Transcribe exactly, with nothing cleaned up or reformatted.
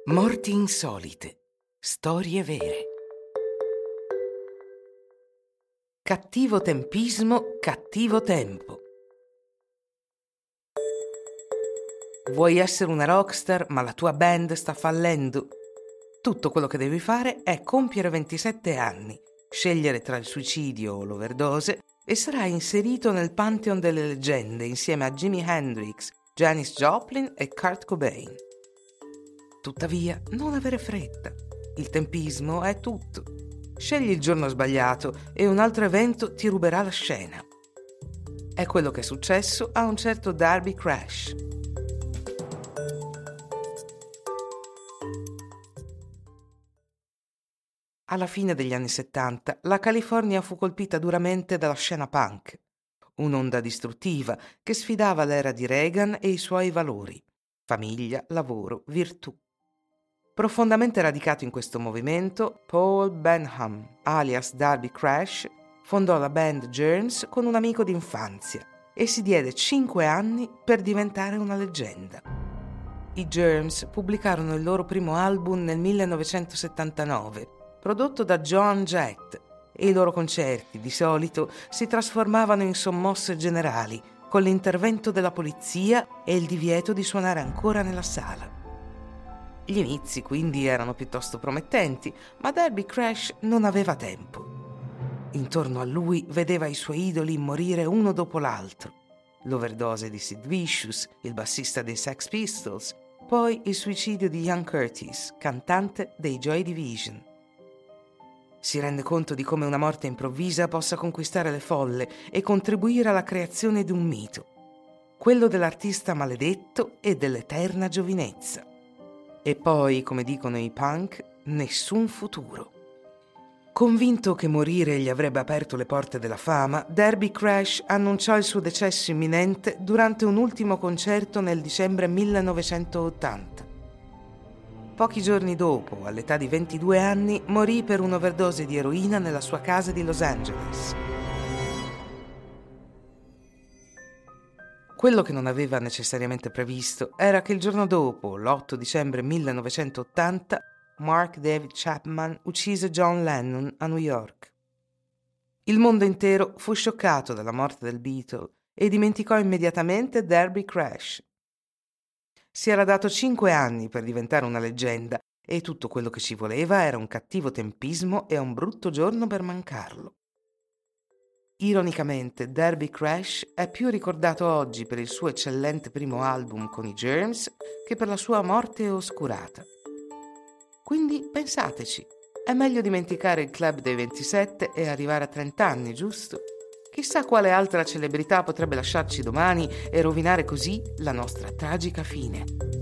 Morti insolite. Storie vere. Cattivo tempismo, cattivo tempo. Vuoi essere una rockstar, ma la tua band sta fallendo? Tutto quello che devi fare è compiere ventisette anni, scegliere tra il suicidio o l'overdose e sarai inserito nel pantheon delle leggende insieme a Jimi Hendrix, Janis Joplin e Kurt Cobain. Tuttavia, non avere fretta. Il tempismo è tutto. Scegli il giorno sbagliato e un altro evento ti ruberà la scena. È quello che è successo a un certo Darby Crash. Alla fine degli anni settanta, la California fu colpita duramente dalla scena punk, un'onda distruttiva che sfidava l'era di Reagan e i suoi valori: famiglia, lavoro, virtù. Profondamente radicato in questo movimento, Paul Benham, alias Darby Crash, fondò la band Germs con un amico d'infanzia e si diede cinque anni per diventare una leggenda. I Germs pubblicarono il loro primo album nel millenovecentosettantanove, prodotto da Joan Jett, e i loro concerti, di solito, si trasformavano in sommosse generali, con l'intervento della polizia e il divieto di suonare ancora nella sala. Gli inizi quindi erano piuttosto promettenti, ma Darby Crash non aveva tempo. Intorno a lui vedeva i suoi idoli morire uno dopo l'altro. L'overdose di Sid Vicious, il bassista dei Sex Pistols, poi il suicidio di Ian Curtis, cantante dei Joy Division. Si rende conto di come una morte improvvisa possa conquistare le folle e contribuire alla creazione di un mito, quello dell'artista maledetto e dell'eterna giovinezza. E poi, come dicono i punk, nessun futuro. Convinto che morire gli avrebbe aperto le porte della fama, Darby Crash annunciò il suo decesso imminente durante un ultimo concerto nel dicembre millenovecentottanta. Pochi giorni dopo, all'età di ventidue anni, morì per un'overdose di eroina nella sua casa di Los Angeles. Quello che non aveva necessariamente previsto era che il giorno dopo, l'otto dicembre millenovecentottanta, Mark David Chapman uccise John Lennon a New York. Il mondo intero fu scioccato dalla morte del Beatle e dimenticò immediatamente Darby Crash. Si era dato cinque anni per diventare una leggenda e tutto quello che ci voleva era un cattivo tempismo e un brutto giorno per mancarlo. Ironicamente, Darby Crash è più ricordato oggi per il suo eccellente primo album con i Germs che per la sua morte oscurata. Quindi pensateci, è meglio dimenticare il club dei ventisette e arrivare a trenta anni, giusto? Chissà quale altra celebrità potrebbe lasciarci domani e rovinare così la nostra tragica fine.